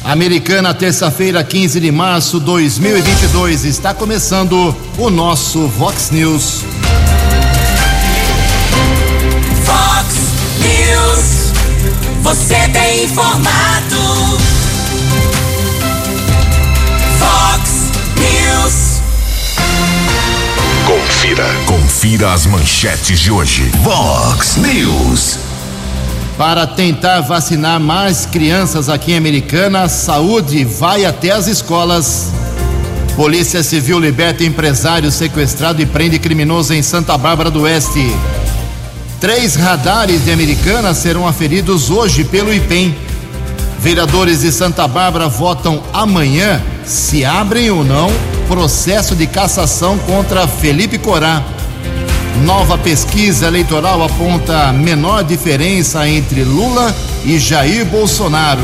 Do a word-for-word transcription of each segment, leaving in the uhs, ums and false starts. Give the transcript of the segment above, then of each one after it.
Americana, terça-feira, quinze de março de dois mil e vinte e dois. Está começando o nosso Vox News. Vox News. Você tem informado. Vox News. Confira. Confira as manchetes de hoje. Vox News. Para tentar vacinar mais crianças aqui em Americana, a saúde vai até as escolas. Polícia Civil liberta empresário sequestrado e prende criminoso em Santa Bárbara do Oeste. Três radares de Americana serão aferidos hoje pelo I P E M. Vereadores de Santa Bárbara votam amanhã se abrem ou não processo de cassação contra Felipe Corá. Nova pesquisa eleitoral aponta menor diferença entre Lula e Jair Bolsonaro.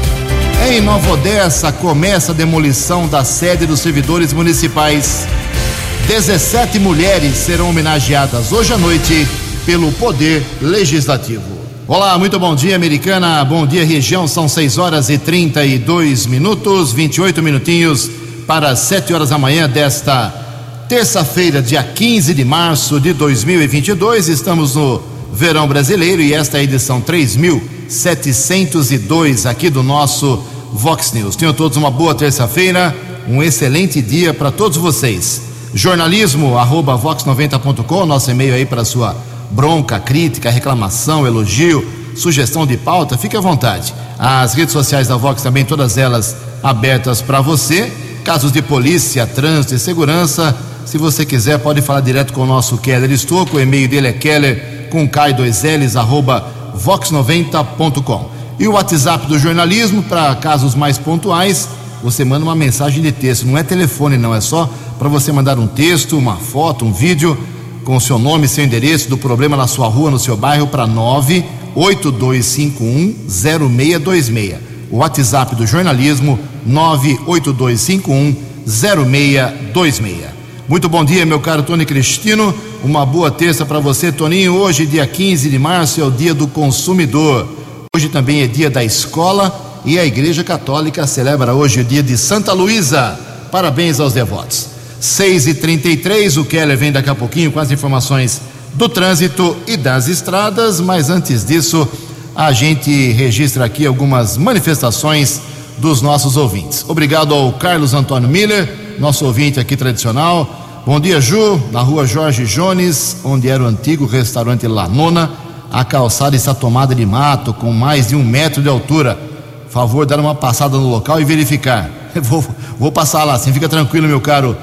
Em Nova Odessa começa a demolição da sede dos servidores municipais. dezessete mulheres serão homenageadas hoje à noite pelo Poder Legislativo. Olá, muito bom dia, Americana. Bom dia, região. São seis horas e trinta e dois minutos, vinte e oito minutinhos para sete horas da manhã desta terça-feira, dia quinze de março de dois mil e vinte e dois. Estamos no verão brasileiro e esta é a edição três mil setecentos e dois aqui do nosso Vox News. Tenham todos uma boa terça-feira, um excelente dia para todos vocês. Jornalismo arroba vox noventa ponto com, nosso e-mail aí para sua bronca, crítica, reclamação, elogio, sugestão de pauta, fique à vontade. As redes sociais da Vox também, todas elas abertas para você. Casos de polícia, trânsito e segurança, se você quiser pode falar direto com o nosso Keller Estouco. O e-mail dele é keller com k dois l's arroba vox noventa ponto com. E o WhatsApp do jornalismo, para casos mais pontuais, você manda uma mensagem de texto, não é telefone não, é só para você mandar um texto, uma foto, um vídeo com o seu nome, seu endereço, do problema na sua rua, no seu bairro, para nove oito dois cinco um zero seis dois seis. O WhatsApp do jornalismo, nove oito dois cinco um zero seis dois seis. Muito bom dia, meu caro Tony Cristino. Uma boa terça para você, Toninho. Hoje, dia quinze de março, é o dia do consumidor. Hoje também é dia da escola e a Igreja Católica celebra hoje o dia de Santa Luísa. Parabéns aos devotos. seis e trinta e três, o Keller vem daqui a pouquinho com as informações do trânsito e das estradas, mas antes disso, a gente registra aqui algumas manifestações dos nossos ouvintes. Obrigado ao Carlos Antônio Miller, nosso ouvinte aqui tradicional. Bom dia, Ju. Na rua Jorge Jones, onde era o antigo restaurante La Nona, a calçada está tomada de mato com mais de um metro de altura. Favor, dar uma passada no local e verificar. Vou, vou passar lá, sim, fica tranquilo, meu caro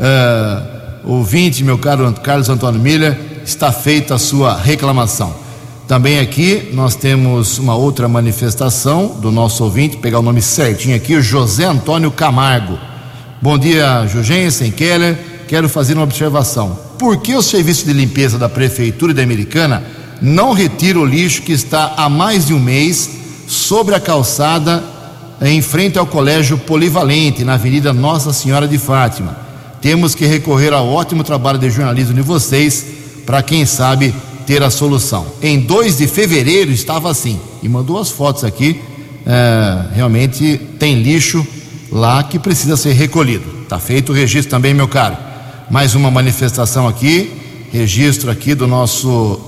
uh, ouvinte, meu caro Carlos Antônio Miller, está feita a sua reclamação. Também aqui nós temos uma outra manifestação do nosso ouvinte, pegar o nome certinho aqui, o José Antônio Camargo. Bom dia, Jugensen, Keller. Quero fazer uma observação. Por que o serviço de limpeza da Prefeitura e da Americana não retira o lixo que está há mais de um mês sobre a calçada em frente ao Colégio Polivalente, na Avenida Nossa Senhora de Fátima? Temos que recorrer ao ótimo trabalho de jornalismo de vocês para, quem sabe, ter a solução. Em dois de fevereiro estava assim, e mandou as fotos aqui. É, realmente tem lixo lá que precisa ser recolhido. Está feito o registro também, meu caro. Mais uma manifestação aqui, registro aqui do nosso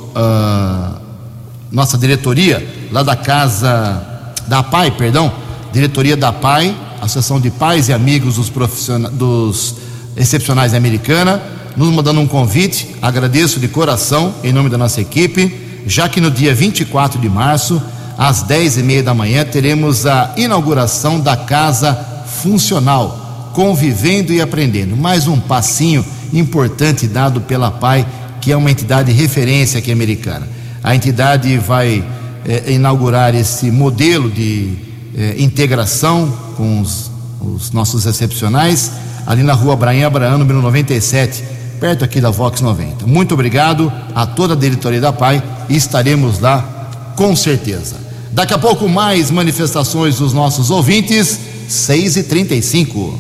uh, nossa diretoria lá da casa da P A I, perdão, diretoria da P A I, Associação de Pais e Amigos dos, profissionais, dos Excepcionais da Americana, nos mandando um convite. Agradeço de coração em nome da nossa equipe, já que no dia vinte e quatro de março, às dez e meia da manhã, teremos a inauguração da Casa Funcional, Convivendo e Aprendendo. Mais um passinho importante dado pela P A I, que é uma entidade de referência aqui americana. A entidade vai eh, inaugurar esse modelo de eh, integração com os, os nossos excepcionais, ali na rua Abraão Abraão, número noventa e sete, perto aqui da Vox noventa. Muito obrigado a toda a diretoria da P A I e estaremos lá com certeza. Daqui a pouco mais manifestações dos nossos ouvintes, seis e trinta e cinco.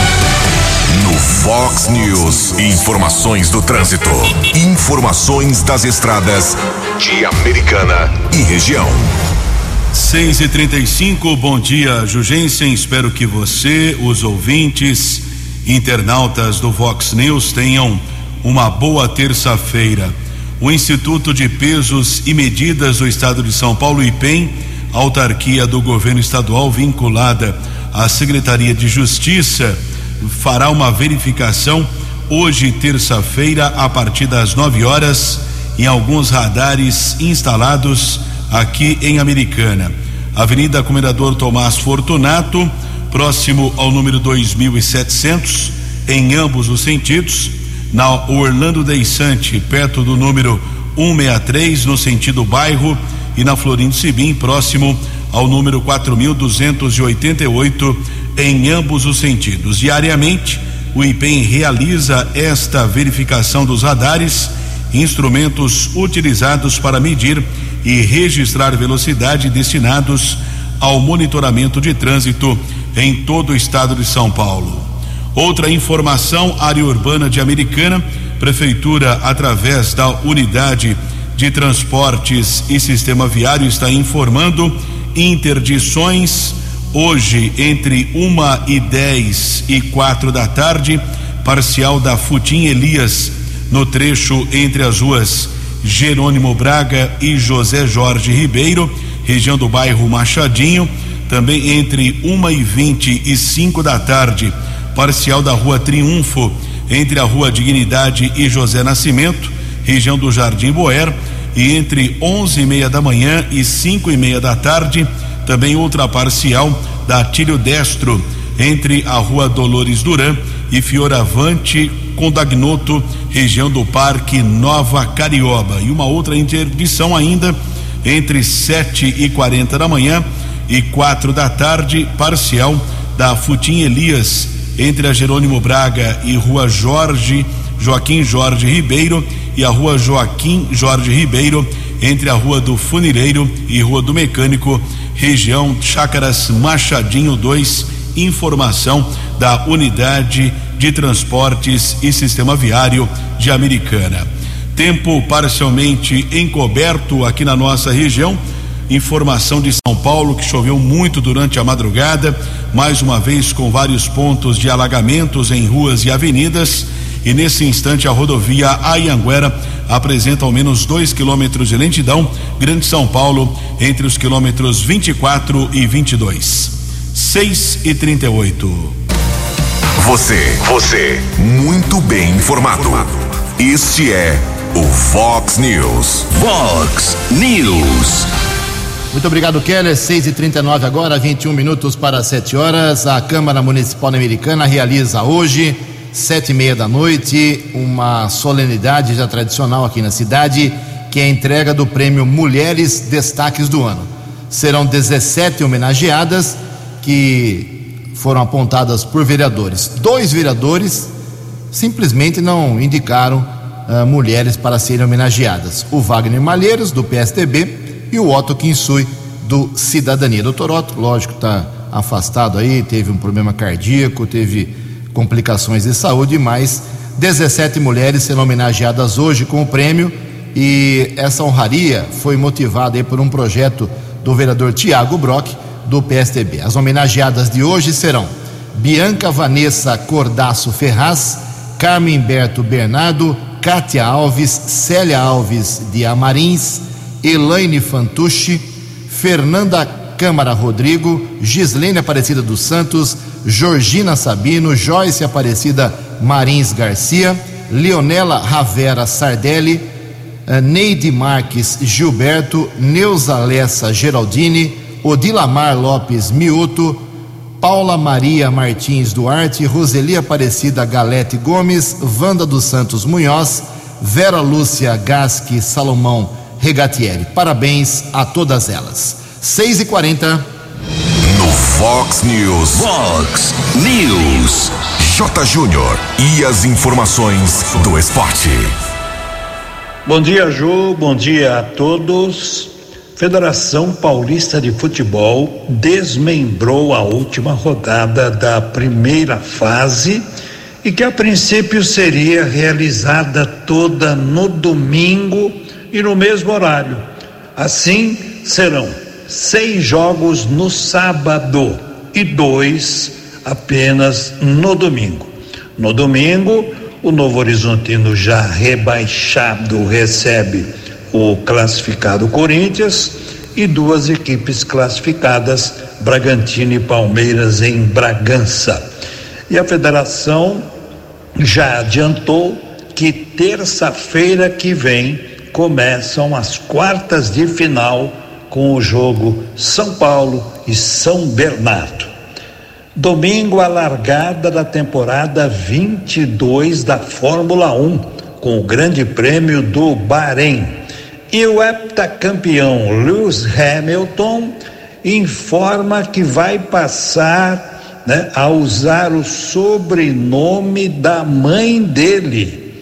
No Vox News, informações do trânsito, informações das estradas de Americana e região. seis e trinta e cinco, bom dia, Jugensen. Espero que você, os ouvintes, internautas do Vox News tenham uma boa terça-feira. O Instituto de Pesos e Medidas do Estado de São Paulo, I P E M, autarquia do governo estadual vinculada à Secretaria de Justiça, fará uma verificação hoje, terça-feira, a partir das nove horas, em alguns radares instalados aqui em Americana. Avenida Comendador Tomás Fortunato, próximo ao número dois mil e setecentos, em ambos os sentidos. Na Orlando Deissante, perto do número cento e sessenta e três, no sentido bairro, e na Florindo Sibim, próximo ao número quatro mil duzentos e oitenta e oito, em ambos os sentidos. Diariamente, o I P E M realiza esta verificação dos radares, instrumentos utilizados para medir e registrar velocidade destinados ao monitoramento de trânsito em todo o estado de São Paulo. Outra informação, área urbana de Americana, prefeitura, através da unidade de transportes e sistema viário, está informando interdições hoje entre uma e dez e quatro da tarde, parcial da Futim Elias, no trecho entre as ruas Jerônimo Braga e José Jorge Ribeiro, região do bairro Machadinho. Também entre uma e vinte e cinco da tarde, parcial da rua Triunfo, entre a rua Dignidade e José Nascimento, região do Jardim Boer. E entre onze e meia da manhã e cinco e meia da tarde, também outra parcial da Atílio Destro, entre a rua Dolores Duran e Fioravante Condagnoto, região do Parque Nova Carioba. E uma outra interdição ainda entre sete e quarenta da manhã e quatro da tarde, parcial da Futim Elias, entre a Jerônimo Braga e rua Jorge Joaquim Jorge Ribeiro, e a rua Joaquim Jorge Ribeiro, entre a rua do Funileiro e rua do Mecânico, região Chácaras Machadinho dois. Informação da unidade de transportes e sistema viário de Americana. Tempo parcialmente encoberto aqui na nossa região. Informação de São Paulo, que choveu muito durante a madrugada, mais uma vez com vários pontos de alagamentos em ruas e avenidas. E nesse instante a rodovia Anhanguera apresenta ao menos dois quilômetros de lentidão, Grande São Paulo, entre os quilômetros vinte e quatro e vinte e dois. seis e trinta e oito. Você, você, muito bem informado. Este é o Vox News. Vox News. Muito obrigado, Keller. seis e trinta e nove agora, vinte e um minutos para sete horas. A Câmara Municipal Americana realiza hoje, sete e meia da noite, uma solenidade já tradicional aqui na cidade, que é a entrega do prêmio Mulheres Destaques do Ano. Serão dezessete homenageadas que foram apontadas por vereadores. Dois vereadores simplesmente não indicaram uh, mulheres para serem homenageadas: o Wagner Malheiros, do P S D B, e o Otto Kinsui, do Cidadania. Doutor Otto, lógico, está afastado aí, teve um problema cardíaco, teve complicações de saúde, mas dezessete mulheres serão homenageadas hoje com o prêmio, e essa honraria foi motivada aí por um projeto do vereador Tiago Brock, do P S D B. As homenageadas de hoje serão Bianca Vanessa Cordaço Ferraz, Carmen Berto Bernardo, Cátia Alves, Célia Alves de Amarins, Elaine Fantucci, Fernanda Câmara Rodrigo, Gislene Aparecida dos Santos, Georgina Sabino, Joyce Aparecida Marins Garcia, Leonela Ravera Sardelli, Neide Marques Gilberto, Neuza Lessa Geraldini, Odilamar Lopes Mioto, Paula Maria Martins Duarte, Roseli Aparecida Galete Gomes, Wanda dos Santos Munhoz, Vera Lúcia Gasque Salomão Regatieri. Parabéns a todas elas. seis e quarenta. No Fox News. Fox News. J. Júnior e as informações do esporte. Bom dia, Ju. Bom dia a todos. Federação Paulista de Futebol desmembrou a última rodada da primeira fase e que a princípio seria realizada toda no domingo e no mesmo horário. Assim serão seis jogos no sábado e dois apenas no domingo. No domingo, o Novo Horizontino, já rebaixado, recebe o classificado Corinthians e duas equipes classificadas, Bragantino e Palmeiras, em Bragança. E a federação já adiantou que terça-feira que vem começam as quartas de final com o jogo São Paulo e São Bernardo. Domingo, a largada da temporada vinte e dois da Fórmula um, com o Grande Prêmio do Bahrein. E o heptacampeão Lewis Hamilton informa que vai passar, né, a usar o sobrenome da mãe dele,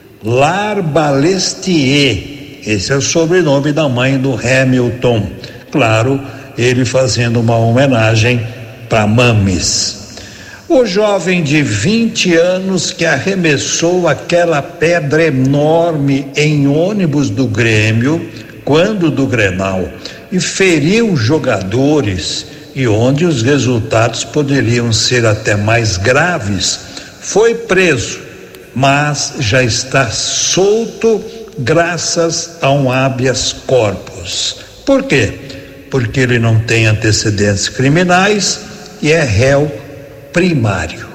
Larbalestier. Esse é o sobrenome da mãe do Hamilton. Claro, ele fazendo uma homenagem para Mames. O jovem de vinte anos que arremessou aquela pedra enorme em ônibus do Grêmio, quando do Grenal, e feriu jogadores, e onde os resultados poderiam ser até mais graves, foi preso, mas já está solto graças a um habeas corpus. Por quê? Porque ele não tem antecedentes criminais e é réu primário.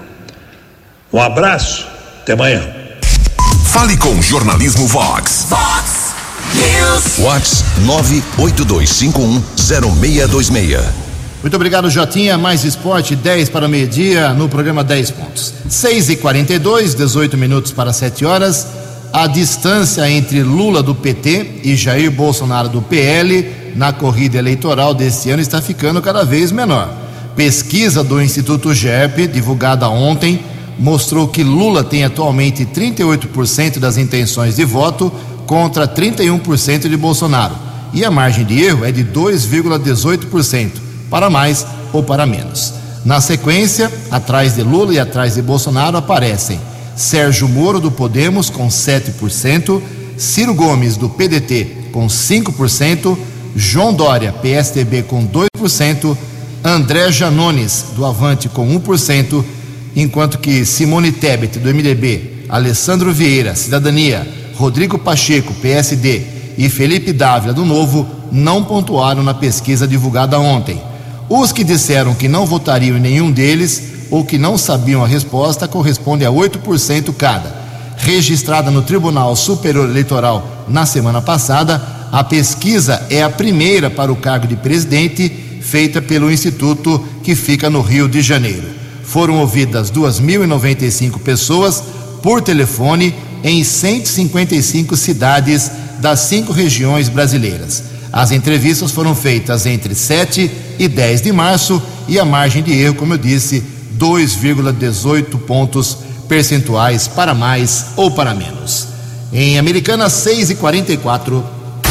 Um abraço, até amanhã. Fale com Jornalismo Vox. Vox News. Vox nove oito dois cinco um zero seis dois seis. Muito obrigado, Jotinha. Mais esporte, dez para o meio-dia no programa dez pontos. seis e quarenta e dois, dezoito minutos para sete horas. A distância entre Lula do P T e Jair Bolsonaro do P L na corrida eleitoral deste ano está ficando cada vez menor. Pesquisa do Instituto G E P, divulgada ontem, mostrou que Lula tem atualmente trinta e oito por cento das intenções de voto contra trinta e um por cento de Bolsonaro. E a margem de erro é de dois vírgula dezoito por cento, para mais ou para menos. Na sequência, atrás de Lula e atrás de Bolsonaro aparecem Sérgio Moro do Podemos com sete por cento, Ciro Gomes do P D T com cinco por cento, João Dória, P S D B com dois por cento, André Janones do Avante com um por cento, enquanto que Simone Tebet do M D B, Alessandro Vieira, Cidadania, Rodrigo Pacheco, P S D e Felipe Dávila do Novo não pontuaram na pesquisa divulgada ontem. Os que disseram que não votariam em nenhum deles ou que não sabiam a resposta correspondem a oito por cento cada. Registrada no Tribunal Superior Eleitoral na semana passada, a pesquisa é a primeira para o cargo de presidente feita pelo Instituto, que fica no Rio de Janeiro. Foram ouvidas duas mil e noventa e cinco pessoas por telefone em cento e cinquenta e cinco cidades das cinco regiões brasileiras. As entrevistas foram feitas entre sete e dez de março e a margem de erro, como eu disse, dois vírgula dezoito pontos percentuais para mais ou para menos. Em Americana, seis e quarenta e quatro.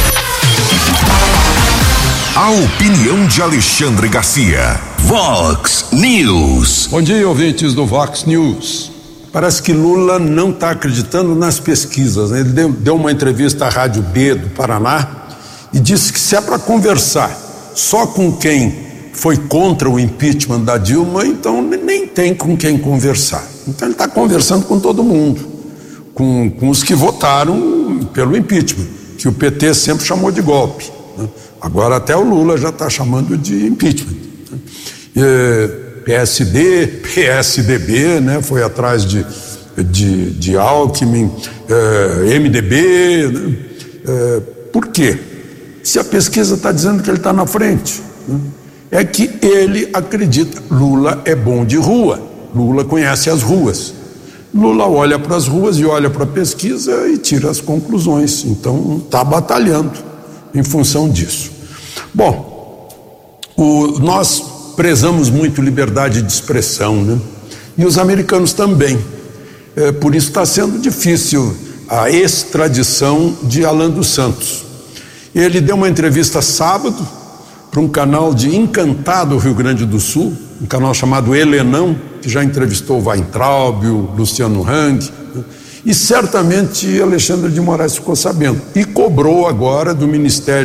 A opinião de Alexandre Garcia. Vox News. Bom dia, ouvintes do Vox News. Parece que Lula não está acreditando nas pesquisas, né? Ele deu, deu uma entrevista à Rádio B do Paraná e disse que se é para conversar só com quem foi contra o impeachment da Dilma, então nem tem com quem conversar. Então ele está conversando com todo mundo, com, com os que votaram pelo impeachment, que o P T sempre chamou de golpe, né? Agora até o Lula já está chamando de impeachment, né? E, P S D, P S D B, né? Foi atrás de, de, de Alckmin, eh, M D B, né? Eh, por quê? Se a pesquisa está dizendo que ele está na frente, né? É que ele acredita. Lula é bom de rua, Lula conhece as ruas, Lula olha para as ruas e olha para a pesquisa e tira as conclusões, então está batalhando em função disso. Bom, o, nós prezamos muito liberdade de expressão, né? E os americanos também, é, por isso está sendo difícil a extradição de Alan dos Santos. Ele deu uma entrevista sábado para um canal de Encantado, Rio Grande do Sul, um canal chamado Helenão, que já entrevistou o Weintraub, o Luciano Hang, né? E certamente Alexandre de Moraes ficou sabendo e cobrou agora do Ministério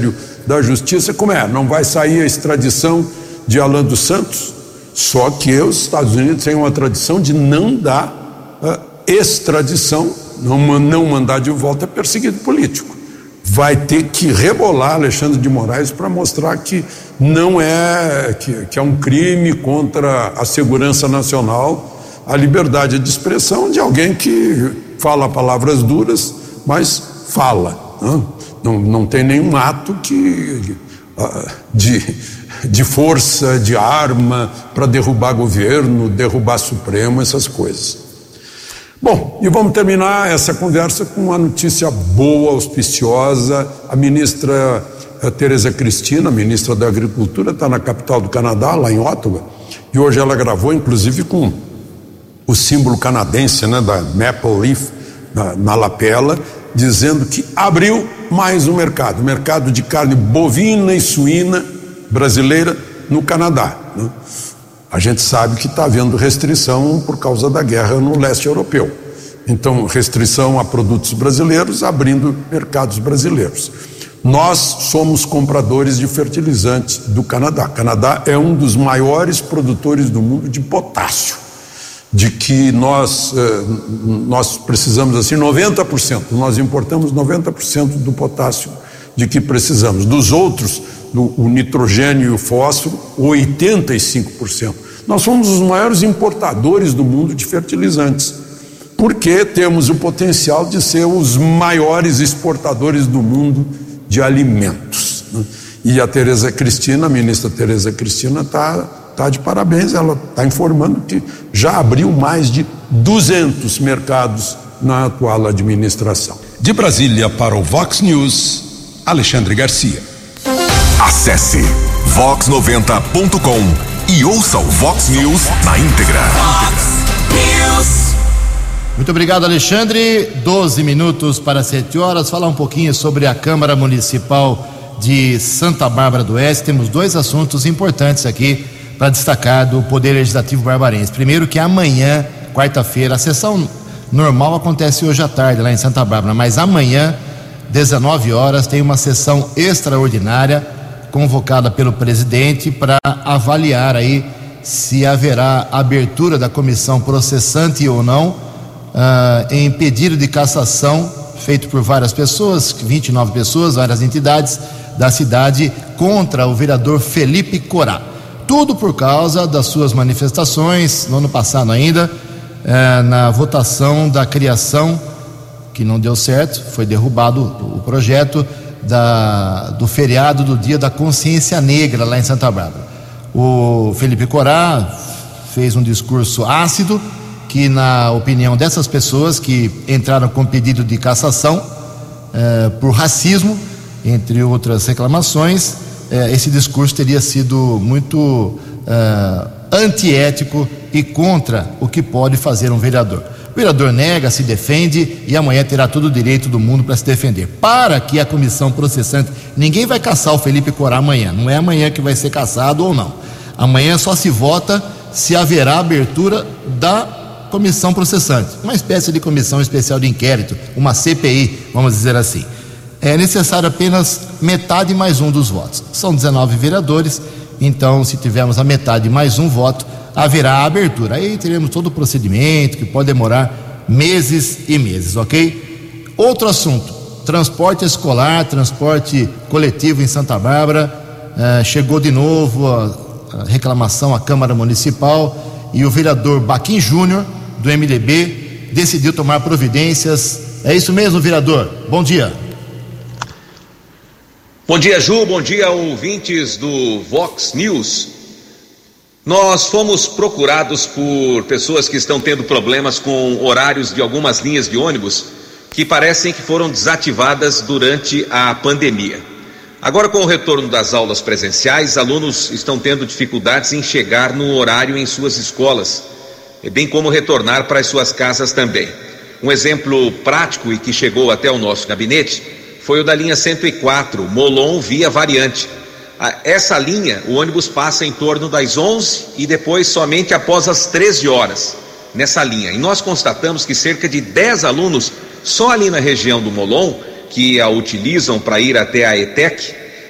da Justiça, como é? Não vai sair a extradição de Alan dos Santos? Só que os Estados Unidos têm uma tradição de não dar uh, extradição, não, não mandar de volta perseguido político. Vai ter que rebolar Alexandre de Moraes para mostrar que não é, que, que é um crime contra a segurança nacional, a liberdade de expressão de alguém que fala palavras duras, mas fala. Não, não, não tem nenhum ato que, uh, de... de força, de arma, para derrubar governo, derrubar Supremo, essas coisas. Bom, e vamos terminar essa conversa com uma notícia boa, auspiciosa. A ministra a Tereza Cristina, ministra da Agricultura, está na capital do Canadá, lá em Ottawa, e hoje ela gravou, inclusive, com o símbolo canadense, né, da Maple Leaf, na, na lapela, dizendo que abriu mais um mercado, o mercado de carne bovina e suína brasileira no Canadá, né? A gente sabe que está havendo restrição por causa da guerra no leste europeu. Então, restrição a produtos brasileiros, abrindo mercados brasileiros. Nós somos compradores de fertilizantes do Canadá. O Canadá é um dos maiores produtores do mundo de potássio, de que nós, eh, nós precisamos, assim, noventa por cento. Nós importamos noventa por cento do potássio de que precisamos. Dos outros, no, o nitrogênio e o fósforo, oitenta e cinco por cento. Nós somos os maiores importadores do mundo de fertilizantes, porque temos o potencial de ser os maiores exportadores do mundo de alimentos, né? E a Tereza Cristina, a ministra Tereza Cristina, está tá de parabéns. Ela está informando que já abriu mais de duzentos mercados na atual administração. De Brasília para o Vox News, Alexandre Garcia. Acesse vox noventa ponto com e ouça o Vox News na íntegra. Vox News. Muito obrigado, Alexandre. doze minutos para sete horas. Falar um pouquinho sobre a Câmara Municipal de Santa Bárbara do Oeste. Temos dois assuntos importantes aqui para destacar do Poder Legislativo barbarense. Primeiro, que amanhã, quarta-feira, a sessão normal acontece hoje à tarde lá em Santa Bárbara, mas amanhã, dezenove horas, tem uma sessão extraordinária convocada pelo presidente para avaliar aí se haverá abertura da comissão processante ou não uh, em pedido de cassação feito por várias pessoas, vinte e nove pessoas, várias entidades da cidade, contra o vereador Felipe Corá. Tudo por causa das suas manifestações no ano passado ainda, uh, na votação da criação, que não deu certo, foi derrubado o projeto Da, do feriado do Dia da Consciência Negra lá em Santa Bárbara. O Felipe Corá fez um discurso ácido que, na opinião dessas pessoas que entraram com pedido de cassação eh, por racismo, entre outras reclamações, eh, esse discurso teria sido muito eh, antiético e contra o que pode fazer um vereador. O vereador nega, se defende e amanhã terá todo o direito do mundo para se defender. Para que a comissão processante, ninguém vai caçar o Felipe Corá amanhã, não é amanhã que vai ser caçado ou não. Amanhã só se vota se haverá abertura da comissão processante, uma espécie de comissão especial de inquérito, uma C P I, vamos dizer assim. É necessário apenas metade mais um dos votos. São dezenove vereadores, então se tivermos a metade mais um voto, haverá a abertura. Aí teremos todo o procedimento que pode demorar meses e meses, ok? Outro assunto, transporte escolar, transporte coletivo em Santa Bárbara. Eh, chegou de novo a, a reclamação à Câmara Municipal e o vereador Baquim Júnior, do M D B, decidiu tomar providências. É isso mesmo, vereador? Bom dia. Bom dia, Ju, bom dia, ouvintes do Vox News. Nós fomos procurados por pessoas que estão tendo problemas com horários de algumas linhas de ônibus que parecem que foram desativadas durante a pandemia. Agora, com o retorno das aulas presenciais, alunos estão tendo dificuldades em chegar no horário em suas escolas, bem como retornar para as suas casas também. Um exemplo prático e que chegou até o nosso gabinete foi o da linha cento e quatro, Molon via Variante. Essa linha, o ônibus passa em torno das onze e depois somente após as treze horas nessa linha. E nós constatamos que cerca de dez alunos, só ali na região do Molon, que a utilizam para ir até a ETEC,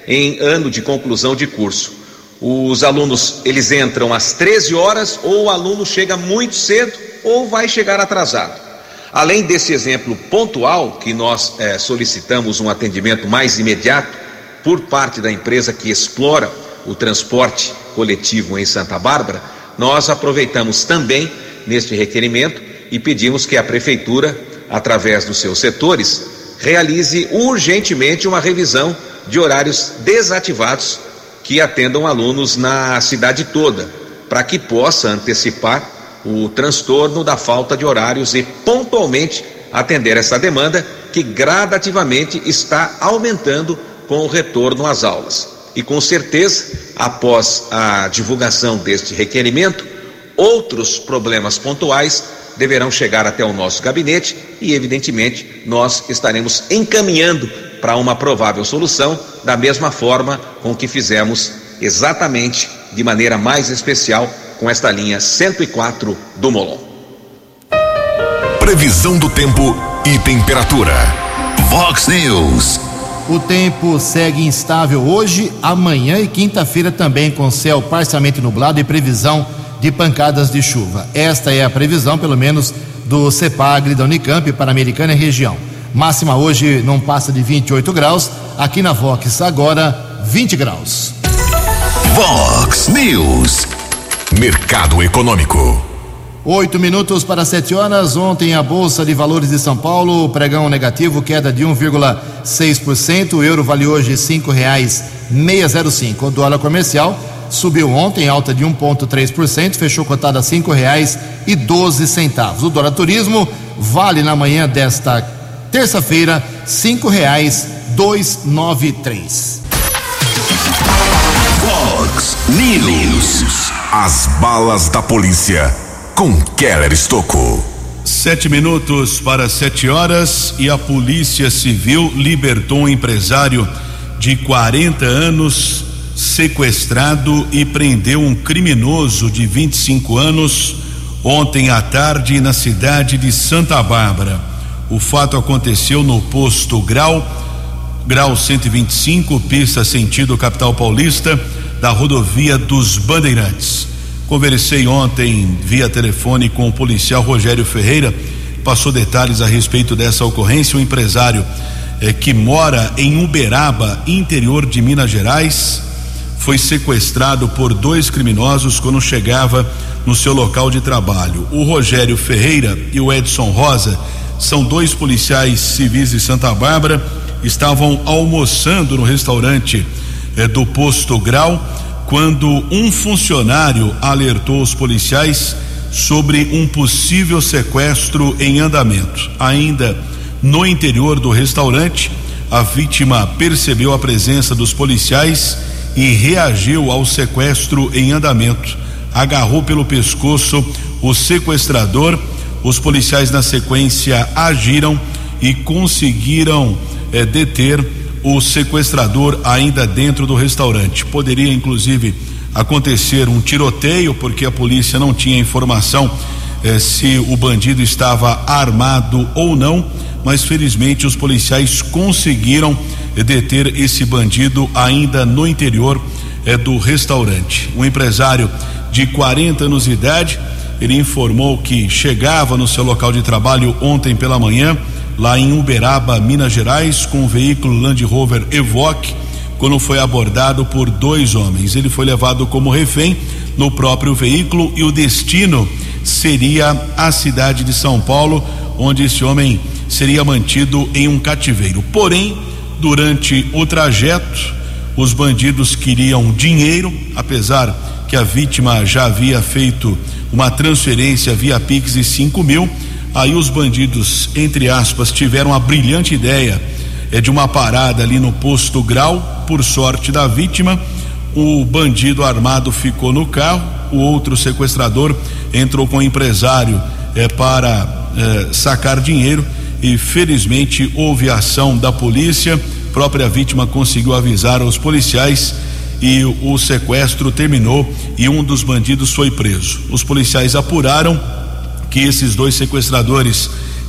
em ano de conclusão de curso. Os alunos, eles entram às treze horas, ou o aluno chega muito cedo ou vai chegar atrasado. Além desse exemplo pontual, que nós eh, solicitamos um atendimento mais imediato por parte da empresa que explora o transporte coletivo em Santa Bárbara, nós aproveitamos também neste requerimento e pedimos que a Prefeitura, através dos seus setores, realize urgentemente uma revisão de horários desativados que atendam alunos na cidade toda, para que possa antecipar o transtorno da falta de horários e pontualmente atender essa demanda que gradativamente está aumentando com o retorno às aulas. E com certeza, após a divulgação deste requerimento, outros problemas pontuais deverão chegar até o nosso gabinete e, evidentemente, nós estaremos encaminhando para uma provável solução, da mesma forma com que fizemos exatamente de maneira mais especial com esta linha cento e quatro do Molon. Previsão do tempo e temperatura. Vox News. O tempo segue instável hoje, amanhã e quinta-feira também, com céu parcialmente nublado e previsão de pancadas de chuva. Esta é a previsão, pelo menos, do CEPAGRE da Unicamp para a Americana e região. Máxima hoje não passa de vinte e oito graus. Aqui na Vox agora vinte graus. Vox News. Mercado Econômico. Oito minutos para sete horas. Ontem a Bolsa de Valores de São Paulo, pregão negativo, queda de um vírgula seis por cento. O euro vale hoje cinco reais seiscentos e cinco. O dólar comercial subiu ontem, alta de um vírgula três por cento, fechou cotado a cinco reais e doze centavos. O dólar turismo vale na manhã desta terça-feira cinco reais duzentos e noventa e três. Vox News. As balas da polícia com Keller Estocco. Sete minutos para sete horas e a Polícia Civil libertou um empresário de quarenta anos sequestrado e prendeu um criminoso de vinte e cinco anos ontem à tarde na cidade de Santa Bárbara. O fato aconteceu no posto Grau, Grau cento e vinte e cinco, pista sentido capital paulista, da rodovia dos Bandeirantes. Conversei ontem via telefone com o policial Rogério Ferreira, passou detalhes a respeito dessa ocorrência. O empresário eh, que mora em Uberaba, interior de Minas Gerais, foi sequestrado por dois criminosos quando chegava no seu local de trabalho. O Rogério Ferreira e o Edson Rosa são dois policiais civis de Santa Bárbara, estavam almoçando no restaurante eh, do posto Grau, quando um funcionário alertou os policiais sobre um possível sequestro em andamento. Ainda no interior do restaurante, a vítima percebeu a presença dos policiais e reagiu ao sequestro em andamento. Agarrou pelo pescoço o sequestrador. Os policiais, na sequência, agiram e conseguiram eh, deter o sequestrador ainda dentro do restaurante. Poderia inclusive acontecer um tiroteio, porque a polícia não tinha informação eh, se o bandido estava armado ou não, mas felizmente os policiais conseguiram eh, deter esse bandido ainda no interior eh, do restaurante. Um empresário de quarenta anos de idade, ele informou que chegava no seu local de trabalho ontem pela manhã, lá em Uberaba, Minas Gerais, com o veículo Land Rover Evoque, quando foi abordado por dois homens. Ele foi levado como refém no próprio veículo e o destino seria a cidade de São Paulo, onde esse homem seria mantido em um cativeiro. Porém, durante o trajeto, os bandidos queriam dinheiro, apesar que a vítima já havia feito uma transferência via Pix de cinco mil. Aí os bandidos, entre aspas, tiveram a brilhante ideia é, de uma parada ali no posto Grau. Por sorte da vítima, o bandido armado ficou no carro, o outro sequestrador entrou com o empresário é, para é, sacar dinheiro e felizmente houve ação da polícia. A própria vítima conseguiu avisar aos policiais e o, o sequestro terminou e um dos bandidos foi preso. Os policiais apuraram que esses dois sequestradores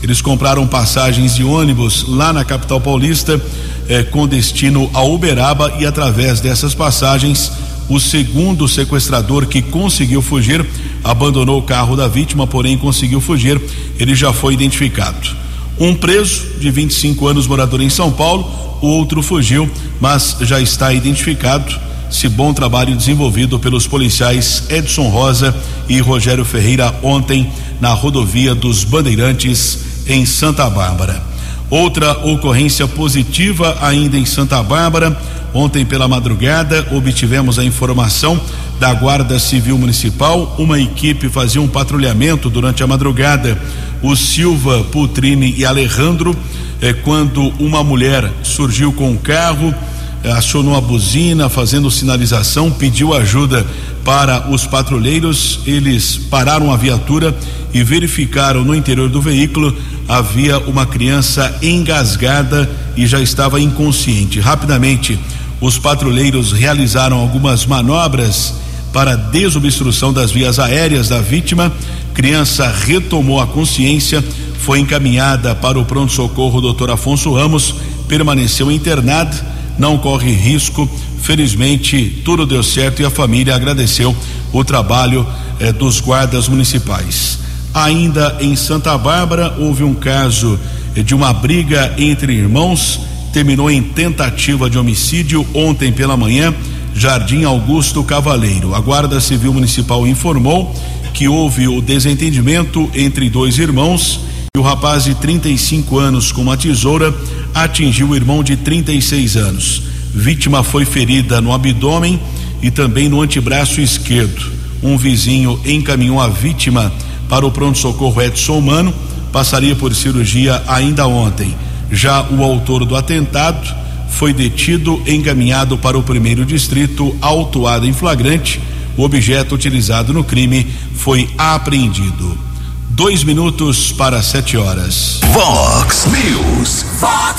Eles compraram passagens de ônibus lá na capital paulista eh, com destino a Uberaba, e através dessas passagens o segundo sequestrador, que conseguiu fugir, abandonou o carro da vítima, porém conseguiu fugir. Ele já foi identificado. Um preso de vinte e cinco anos, morador em São Paulo, o outro fugiu, mas já está identificado. Esse bom trabalho desenvolvido pelos policiais Edson Rosa e Rogério Ferreira ontem na rodovia dos Bandeirantes em Santa Bárbara. Outra ocorrência positiva ainda em Santa Bárbara. Ontem pela madrugada obtivemos a informação da Guarda Civil Municipal. Uma equipe fazia um patrulhamento durante a madrugada, o Silva, Putrini e Alejandro, eh, quando uma mulher surgiu com um carro, eh, acionou a buzina, fazendo sinalização, pediu ajuda para os patrulheiros. Eles pararam a viatura e verificaram no interior do veículo havia uma criança engasgada e já estava inconsciente. Rapidamente, os patrulheiros realizaram algumas manobras para desobstrução das vias aéreas da vítima. Criança retomou a consciência, foi encaminhada para o pronto-socorro doutor Afonso Ramos, permaneceu internada, não corre risco. Felizmente tudo deu certo e a família agradeceu o trabalho eh, dos guardas municipais. Ainda em Santa Bárbara houve um caso eh, de uma briga entre irmãos, terminou em tentativa de homicídio ontem pela manhã, Jardim Augusto Cavaleiro. A Guarda Civil Municipal informou que houve o desentendimento entre dois irmãos e o rapaz de trinta e cinco anos com uma tesoura atingiu o irmão de trinta e seis anos. Vítima foi ferida no abdômen e também no antebraço esquerdo. Um vizinho encaminhou a vítima para o pronto-socorro Edson Mano, passaria por cirurgia ainda ontem. Já o autor do atentado foi detido, encaminhado para o primeiro distrito, autuado em flagrante. O objeto utilizado no crime foi apreendido. Dois minutos para sete horas. Vox News. Vox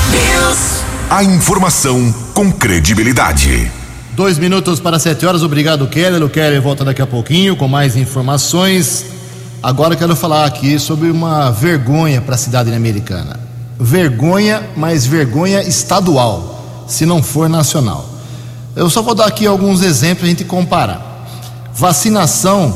News. A informação com credibilidade. Dois minutos para sete horas. Obrigado, Keller. O Keller volta daqui a pouquinho com mais informações. Agora eu quero falar aqui sobre uma vergonha para a cidade americana. Vergonha, mas vergonha estadual, se não for nacional. Eu só vou dar aqui alguns exemplos para a gente comparar. Vacinação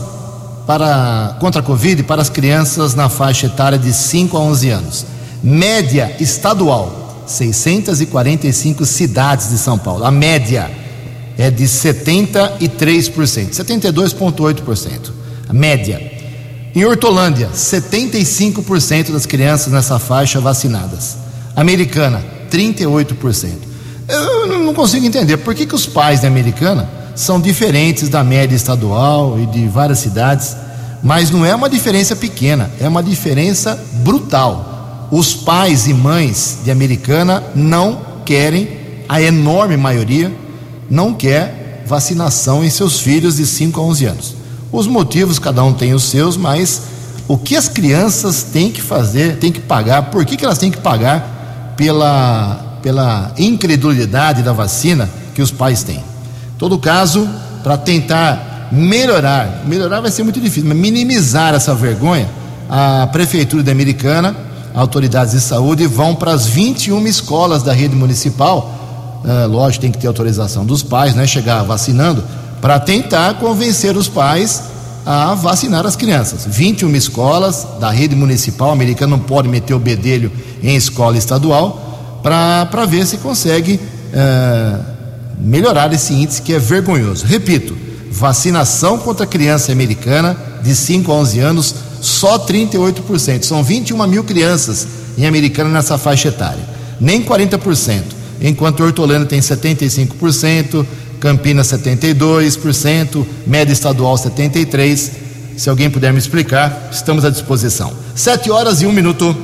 para, contra a Covid para as crianças na faixa etária de cinco a onze anos. Média estadual, seiscentas e quarenta e cinco cidades de São Paulo. A média é de setenta e três por cento, setenta e dois vírgula oito por cento. A média. Em Hortolândia, setenta e cinco por cento das crianças nessa faixa vacinadas. Americana, trinta e oito por cento. Eu não consigo entender por que que os pais da Americana são diferentes da média estadual e de várias cidades, mas não é uma diferença pequena, é uma diferença brutal. Os pais e mães de Americana não querem, a enorme maioria, não quer vacinação em seus filhos de cinco a onze anos. Os motivos, cada um tem os seus, mas o que as crianças têm que fazer, têm que pagar, por que que elas têm que pagar pela, pela incredulidade da vacina que os pais têm? Em todo caso, para tentar melhorar, melhorar vai ser muito difícil, mas minimizar essa vergonha, a Prefeitura da Americana, autoridades de saúde vão para as vinte e uma escolas da rede municipal, é, lógico, tem que ter autorização dos pais, não é chegar vacinando, para tentar convencer os pais a vacinar as crianças. vinte e uma escolas da rede municipal, a Americana não pode meter o bedelho em escola estadual, para ver se consegue é, melhorar esse índice que é vergonhoso. Repito, vacinação contra a criança americana de cinco a onze anos, só trinta e oito por cento. São vinte e uma mil crianças em Americana nessa faixa etária, nem quarenta por cento. Enquanto Hortolândia tem setenta e cinco por cento, Campinas setenta e dois por cento, média estadual setenta e três por cento. Se alguém puder me explicar, estamos à disposição. Sete horas e um minuto.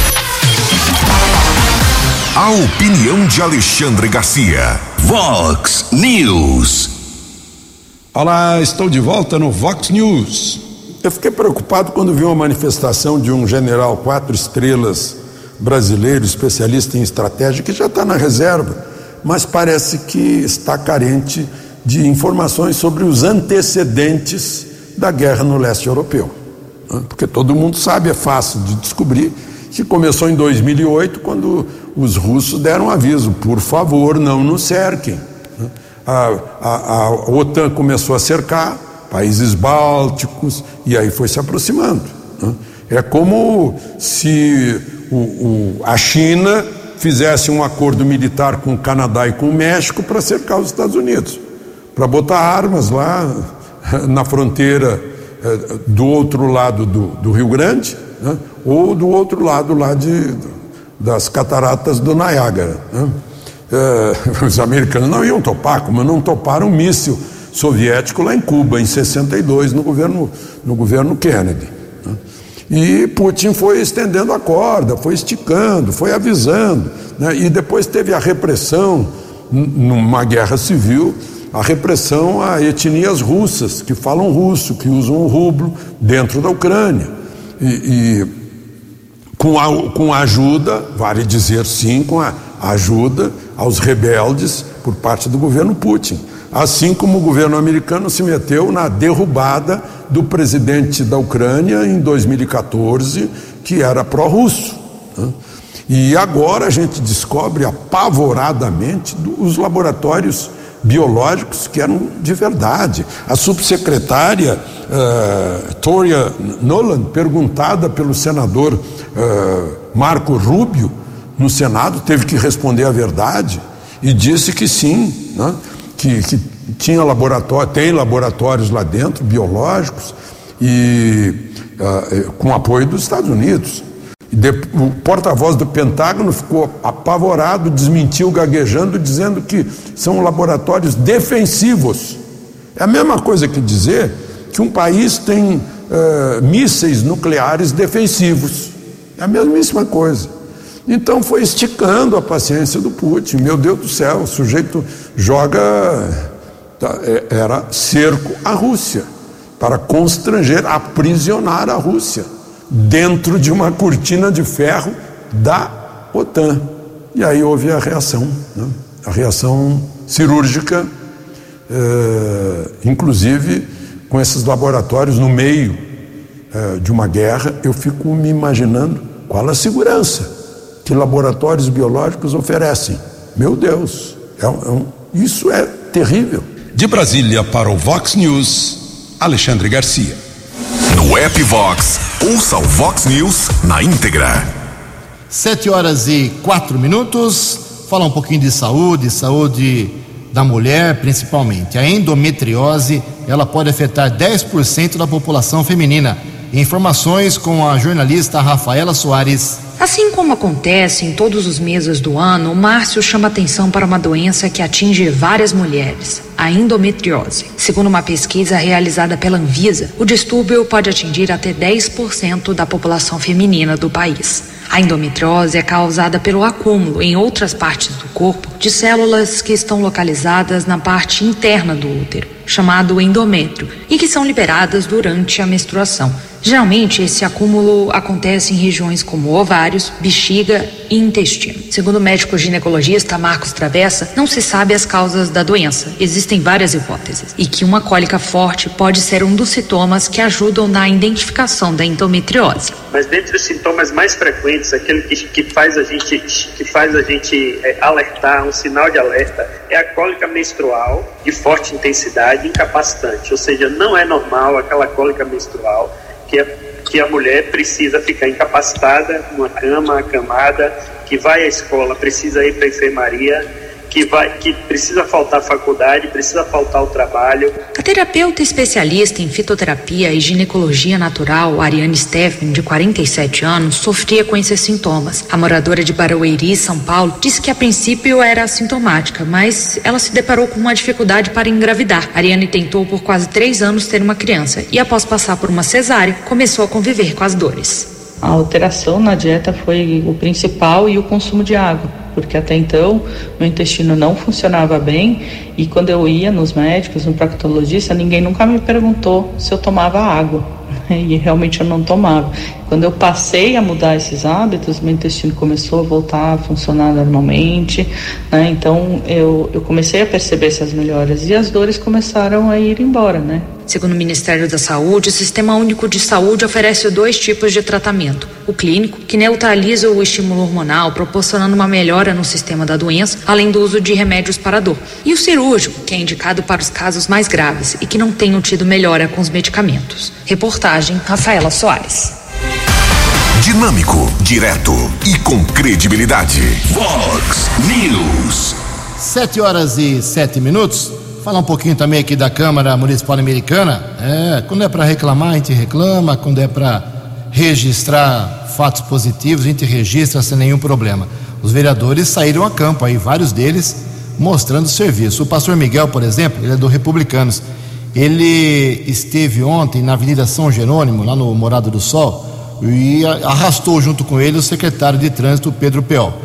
A opinião de Alexandre Garcia. Vox News. Olá, estou de volta no Vox News. Eu fiquei preocupado quando vi uma manifestação de um general quatro estrelas brasileiro, especialista em estratégia, que já está na reserva, mas parece que está carente de informações sobre os antecedentes da guerra no leste europeu. Porque todo mundo sabe, é fácil de descobrir, que começou em dois mil e oito, quando os russos deram aviso: por favor, não nos cerquem. A, a, a OTAN começou a cercar países bálticos e aí foi se aproximando. É como se o, o, a China fizesse um acordo militar com o Canadá e com o México para cercar os Estados Unidos, para botar armas lá na fronteira do outro lado do, do Rio Grande, né? Ou do outro lado lá de, das cataratas do Niágara, né? É, os americanos não iam topar, como não toparam um míssil soviético lá em Cuba em sessenta e dois, no governo, no governo Kennedy, né? E Putin foi estendendo a corda, foi esticando, foi avisando, né? E depois teve a repressão numa guerra civil, a repressão a etnias russas que falam russo, que usam o rublo dentro da Ucrânia. E, e com, a, com a ajuda, vale dizer sim, com a ajuda aos rebeldes por parte do governo Putin. Assim como o governo americano se meteu na derrubada do presidente da Ucrânia em dois mil e quatorze, que era pró-russo, né? E agora a gente descobre apavoradamente os laboratórios biológicos que eram de verdade. A subsecretária uh, Toria Nolan, perguntada pelo senador uh, Marco Rubio no Senado, teve que responder a verdade e disse que sim, né? que, que tinha laboratório, tem laboratórios lá dentro, biológicos, e uh, com apoio dos Estados Unidos. De, o porta-voz do Pentágono ficou apavorado, desmentiu gaguejando, dizendo que são laboratórios defensivos. É a mesma coisa que dizer que um país tem uh, mísseis nucleares defensivos. É a mesmíssima coisa. Então foi esticando a paciência do Putin. Meu Deus do céu, o sujeito joga, tá, era cerco à Rússia, para constranger, aprisionar a Rússia dentro de uma cortina de ferro da OTAN. E aí houve a reação, né? A reação cirúrgica, eh, inclusive com esses laboratórios no meio eh, de uma guerra. Eu fico me imaginando qual a segurança que laboratórios biológicos oferecem. Meu Deus, é um, é um, isso é terrível. De Brasília para o Vox News, Alexandre Garcia. No app Vox, ouça o Vox News na íntegra. Sete horas e quatro minutos. Falar um pouquinho de saúde, saúde da mulher principalmente. A endometriose, ela pode afetar dez por cento da população feminina. Informações com a jornalista Rafaela Soares. Assim como acontece em todos os meses do ano, o Márcio chama atenção para uma doença que atinge várias mulheres, a endometriose. Segundo uma pesquisa realizada pela Anvisa, o distúrbio pode atingir até dez por cento da população feminina do país. A endometriose é causada pelo acúmulo em outras partes do corpo de células que estão localizadas na parte interna do útero, chamado endométrio, e que são liberadas durante a menstruação. Geralmente, esse acúmulo acontece em regiões como ovários, bexiga e intestino. Segundo o médico ginecologista Marcos Travessa, não se sabe as causas da doença. Existem várias hipóteses e que uma cólica forte pode ser um dos sintomas que ajudam na identificação da endometriose. Mas dentre os sintomas mais frequentes, aquele que, que faz a gente, que faz a gente é, alertar, um sinal de alerta, é a cólica menstrual de forte intensidade incapacitante. Ou seja, não é normal aquela cólica menstrual que a, que a mulher precisa ficar incapacitada numa cama, acamada, que vai à escola, precisa ir para a enfermaria, que, vai, que precisa faltar à faculdade, precisa faltar ao trabalho. A terapeuta especialista em fitoterapia e ginecologia natural, Ariane Steffen, de quarenta e sete anos, sofria com esses sintomas. A moradora de Barueri, São Paulo, disse que a princípio era assintomática, mas ela se deparou com uma dificuldade para engravidar. Ariane tentou por quase três anos ter uma criança e, após passar por uma cesárea, começou a conviver com as dores. A alteração na dieta foi o principal e o consumo de água, porque até então meu intestino não funcionava bem e quando eu ia nos médicos, no proctologista, ninguém nunca me perguntou se eu tomava água, e realmente eu não tomava. Quando eu passei a mudar esses hábitos, meu intestino começou a voltar a funcionar normalmente, né? Então eu, eu comecei a perceber essas melhoras e as dores começaram a ir embora, né? Segundo o Ministério da Saúde, o Sistema Único de Saúde oferece dois tipos de tratamento. O clínico, que neutraliza o estímulo hormonal, proporcionando uma melhora no sistema da doença, além do uso de remédios para a dor. E o cirúrgico, que é indicado para os casos mais graves e que não tenham tido melhora com os medicamentos. Reportagem Rafaela Soares. Dinâmico, direto e com credibilidade. Vox News. Sete horas e sete minutos. Falar um pouquinho também aqui da Câmara Municipal Americana. É, quando é para reclamar, a gente reclama. Quando é para registrar fatos positivos, a gente registra sem nenhum problema. Os vereadores saíram a campo aí, vários deles mostrando serviço. O pastor Miguel, por exemplo, ele é do Republicanos. Ele esteve ontem na Avenida São Jerônimo, lá no Morado do Sol, e arrastou junto com ele o secretário de Trânsito, Pedro Peol.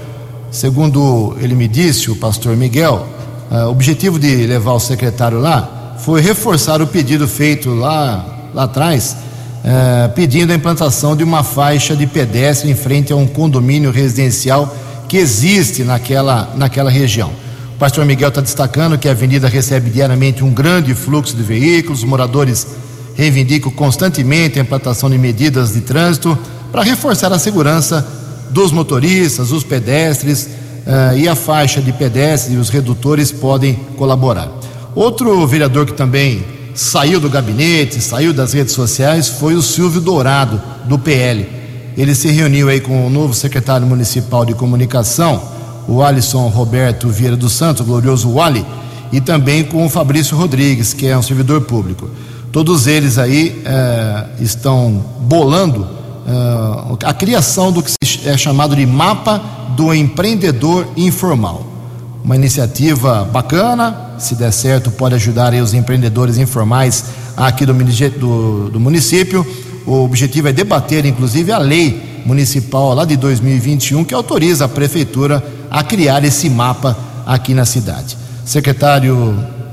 Segundo ele me disse, o pastor Miguel, Uh, o objetivo de levar o secretário lá foi reforçar o pedido feito lá, lá atrás, uh, pedindo a implantação de uma faixa de pedestre em frente a um condomínio residencial que existe naquela, naquela região. O pastor Miguel está destacando que a avenida recebe diariamente um grande fluxo de veículos. Os moradores reivindicam constantemente a implantação de medidas de trânsito para reforçar a segurança dos motoristas, dos pedestres. Uh, e a faixa de pedestres e os redutores podem colaborar. Outro vereador que também saiu do gabinete, saiu das redes sociais, foi o Silvio Dourado, do P L. Ele se reuniu aí com o novo secretário municipal de comunicação, o Alisson Roberto Vieira dos Santos, o glorioso Wally, e também com o Fabrício Rodrigues, que é um servidor público. Todos eles aí uh, estão bolando uh, a criação do que é chamado de mapa do empreendedor informal. Uma iniciativa bacana, se der certo pode ajudar aí os empreendedores informais aqui do, do, do município. O objetivo é debater inclusive a lei municipal lá de dois mil e vinte e um que autoriza a prefeitura a criar esse mapa aqui na cidade. O secretário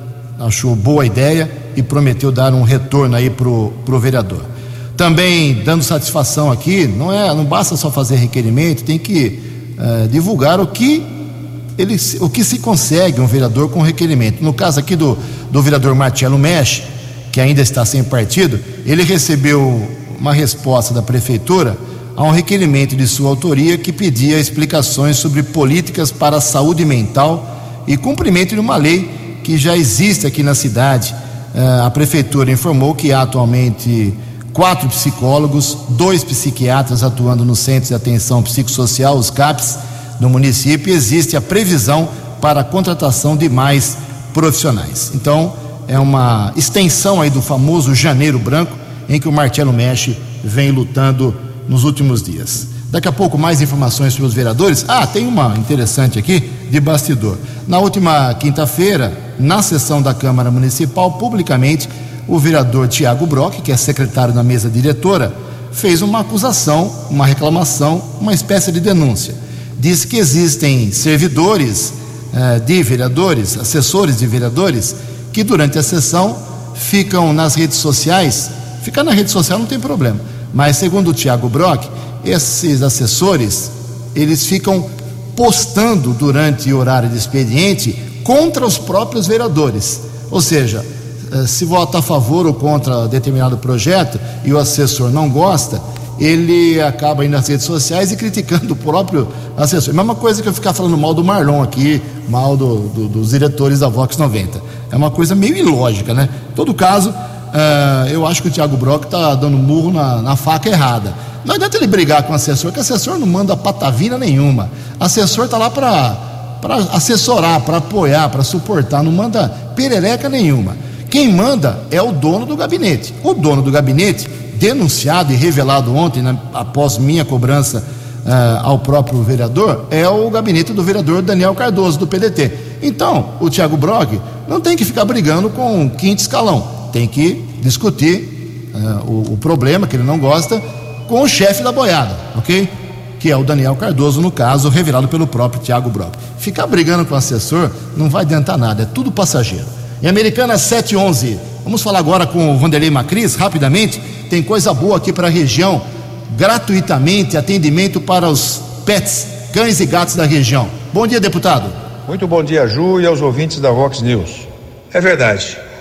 achou boa ideia e prometeu dar um retorno aí pro, pro vereador. Também dando satisfação aqui, não é, não basta só fazer requerimento, tem que Uh, divulgar o que, ele, o que se consegue um vereador com requerimento. No caso aqui do, do vereador Marcelo Meche, que ainda está sem partido, ele recebeu uma resposta da prefeitura a um requerimento de sua autoria que pedia explicações sobre políticas para a saúde mental e cumprimento de uma lei que já existe aqui na cidade. Uh, a prefeitura informou que há atualmente quatro psicólogos, dois psiquiatras atuando no Centro de Atenção Psicossocial, os CAPs, no município, e existe a previsão para a contratação de mais profissionais. Então, é uma extensão aí do famoso Janeiro Branco, em que o Marcelo Meche vem lutando nos últimos dias. Daqui a pouco mais informações sobre os vereadores. Ah, tem uma interessante aqui de bastidor. Na última quinta-feira, na sessão da Câmara Municipal, publicamente, o vereador Tiago Brock, que é secretário da mesa diretora, fez uma acusação, uma reclamação, uma espécie de denúncia. Diz que existem servidores eh, de vereadores, assessores de vereadores, que durante a sessão ficam nas redes sociais. Ficar na rede social não tem problema, mas segundo o Tiago Brock, esses assessores, eles ficam postando durante o horário de expediente contra os próprios vereadores. Ou seja, se vota a favor ou contra determinado projeto e o assessor não gosta, ele acaba indo nas redes sociais e criticando o próprio assessor. Mesma coisa que eu ficar falando mal do Marlon aqui, mal do, do, dos diretores da Vox noventa. É uma coisa meio ilógica, né? Em todo caso, uh, eu acho que o Tiago Brock está dando murro na, na faca errada. Não adianta ele brigar com o assessor, que o assessor não manda patavina nenhuma. O assessor está lá para assessorar, para apoiar, para suportar, não manda perereca nenhuma. Quem manda é o dono do gabinete. O dono do gabinete, denunciado e revelado ontem, né, após minha cobrança uh, ao próprio vereador, é o gabinete do vereador Daniel Cardoso, do P D T. Então, o Tiago Brock não tem que ficar brigando com o quinto escalão. Tem que discutir uh, o, o problema, que ele não gosta, com o chefe da boiada, ok? Que é o Daniel Cardoso, no caso, revelado pelo próprio Tiago Brock. Ficar brigando com o assessor não vai adiantar nada, é tudo passageiro. Em Americana, sete e onze. Vamos falar agora com o Vanderlei Macris, rapidamente. Tem coisa boa aqui para a região. Gratuitamente, atendimento para os pets, cães e gatos da região. Bom dia, deputado. Muito bom dia, Ju, e aos ouvintes da Vox News. É verdade,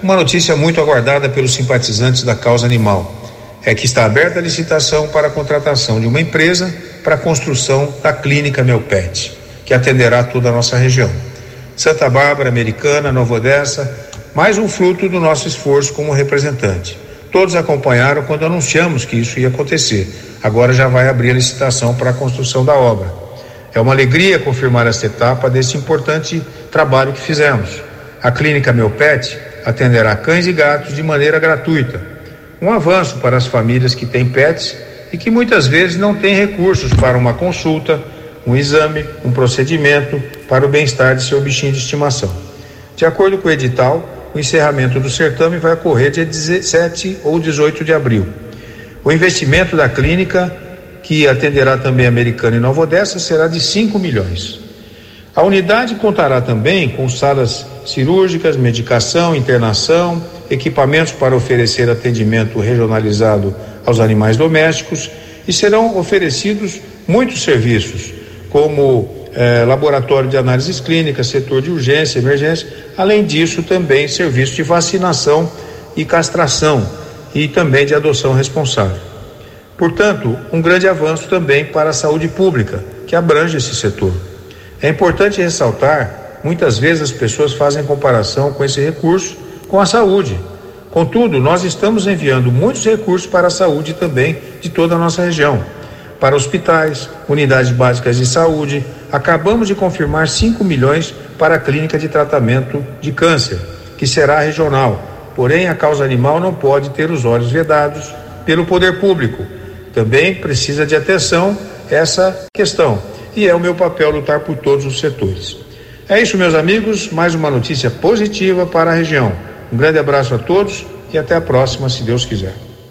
uma notícia muito aguardada pelos simpatizantes da causa animal é que está aberta a licitação para a contratação de uma empresa para a construção da clínica Meu Pet, que atenderá toda a nossa região. Santa Bárbara, Americana, Nova Odessa, mais um fruto do nosso esforço como representante. Todos acompanharam quando anunciamos que isso ia acontecer. Agora já vai abrir a licitação para a construção da obra. É uma alegria confirmar esta etapa desse importante trabalho que fizemos. A clínica Meu Pet atenderá cães e gatos de maneira gratuita. Um avanço para as famílias que têm pets e que muitas vezes não têm recursos para uma consulta, um exame, um procedimento para o bem-estar de seu bichinho de estimação. De acordo com o edital, o encerramento do certame vai ocorrer dia dezessete ou dezoito de abril. O investimento da clínica, que atenderá também Americana e Nova Odessa, será de cinco milhões. A unidade contará também com salas cirúrgicas, medicação, internação, equipamentos para oferecer atendimento regionalizado aos animais domésticos e serão oferecidos muitos serviços, como eh, laboratório de análises clínicas, setor de urgência, emergência, além disso também serviço de vacinação e castração e também de adoção responsável. Portanto, um grande avanço também para a saúde pública, que abrange esse setor. É importante ressaltar, muitas vezes as pessoas fazem comparação com esse recurso com a saúde. Contudo, nós estamos enviando muitos recursos para a saúde também de toda a nossa região. Para hospitais, unidades básicas de saúde, acabamos de confirmar cinco milhões para a clínica de tratamento de câncer, que será regional. Porém, a causa animal não pode ter os olhos vedados pelo poder público. Também precisa de atenção essa questão. E é o meu papel lutar por todos os setores. É isso, meus amigos, mais uma notícia positiva para a região. Um grande abraço a todos e até a próxima, se Deus quiser.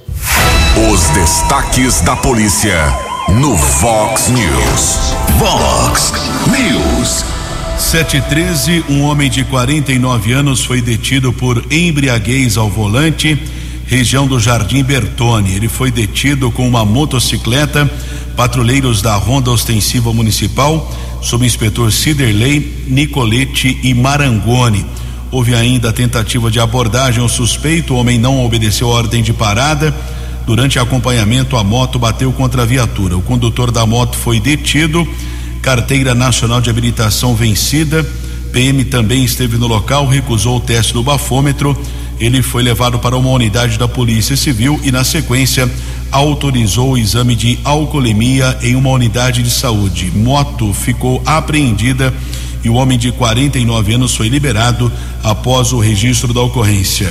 Os destaques da polícia no Vox News. Vox News. sete e treze, um homem de quarenta e nove anos foi detido por embriaguez ao volante, região do Jardim Bertone. Ele foi detido com uma motocicleta. Patrulheiros da Ronda Ostensiva Municipal, sob o inspetor Ciderley, Nicolete e Marangoni. Houve ainda a tentativa de abordagem ao suspeito. O homem não obedeceu a ordem de parada. Durante acompanhamento, a moto bateu contra a viatura. O condutor da moto foi detido. Carteira Nacional de Habilitação vencida. P M também esteve no local, recusou o teste do bafômetro. Ele foi levado para uma unidade da Polícia Civil e, na sequência, autorizou o exame de alcoolemia em uma unidade de saúde. Moto ficou apreendida e o homem de quarenta e nove anos foi liberado após o registro da ocorrência.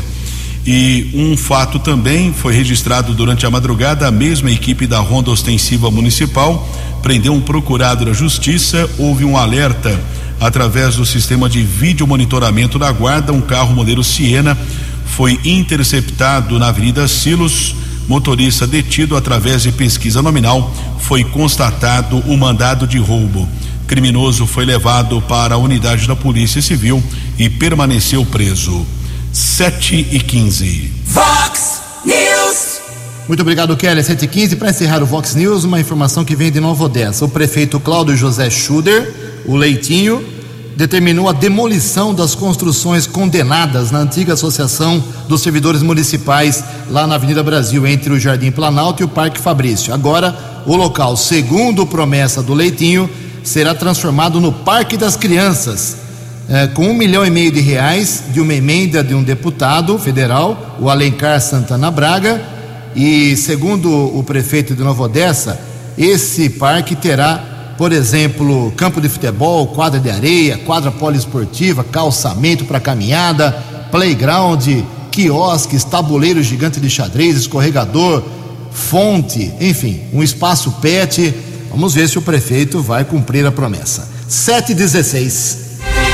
E um fato também foi registrado durante a madrugada. A mesma equipe da Ronda Ostensiva Municipal prendeu um procurado da Justiça. Houve um alerta através do sistema de vídeo monitoramento da Guarda. Um carro modelo Siena foi interceptado na Avenida Silos. Motorista detido. Através de pesquisa nominal foi constatado o mandado de roubo. Criminoso foi levado para a unidade da Polícia Civil e permaneceu preso. Sete e quinze. Vox News. Muito obrigado, Kelly. Sete e quinze. Para encerrar o Vox News, uma informação que vem de Nova Odessa. O prefeito Cláudio José Schuder, o Leitinho, determinou a demolição das construções condenadas na antiga Associação dos Servidores Municipais, lá na Avenida Brasil, entre o Jardim Planalto e o Parque Fabrício. Agora, o local, segundo promessa do Leitinho, será transformado no Parque das Crianças, é, com um milhão e meio de reais de uma emenda de um deputado federal, o Alencar Santana Braga. E segundo o prefeito de Nova Odessa, esse parque terá, por exemplo, campo de futebol, quadra de areia, quadra poliesportiva, calçamento para caminhada, playground, quiosques, tabuleiro gigante de xadrez, escorregador, fonte, enfim, um espaço pet. Vamos ver se o prefeito vai cumprir a promessa. Sete e dezesseis.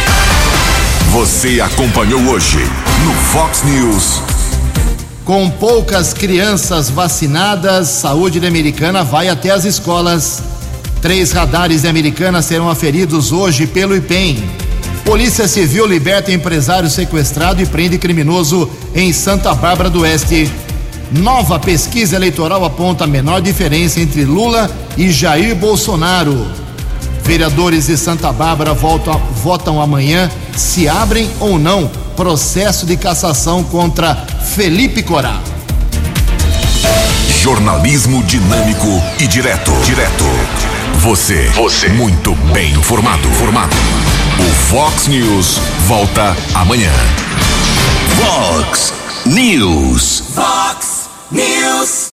Você acompanhou hoje no Vox News. Com poucas crianças vacinadas, saúde da Americana vai até as escolas. Três radares da Americana serão aferidos hoje pelo I P E M. Polícia Civil liberta empresário sequestrado e prende criminoso em Santa Bárbara do Oeste. Nova pesquisa eleitoral aponta a menor diferença entre Lula e Jair Bolsonaro. Vereadores de Santa Bárbara votam, votam amanhã se abrem ou não processo de cassação contra Felipe Corá. Jornalismo dinâmico e direto. Direto. Você. Você. Muito bem informado. Formado. O Fox News volta amanhã. Fox News. Fox News.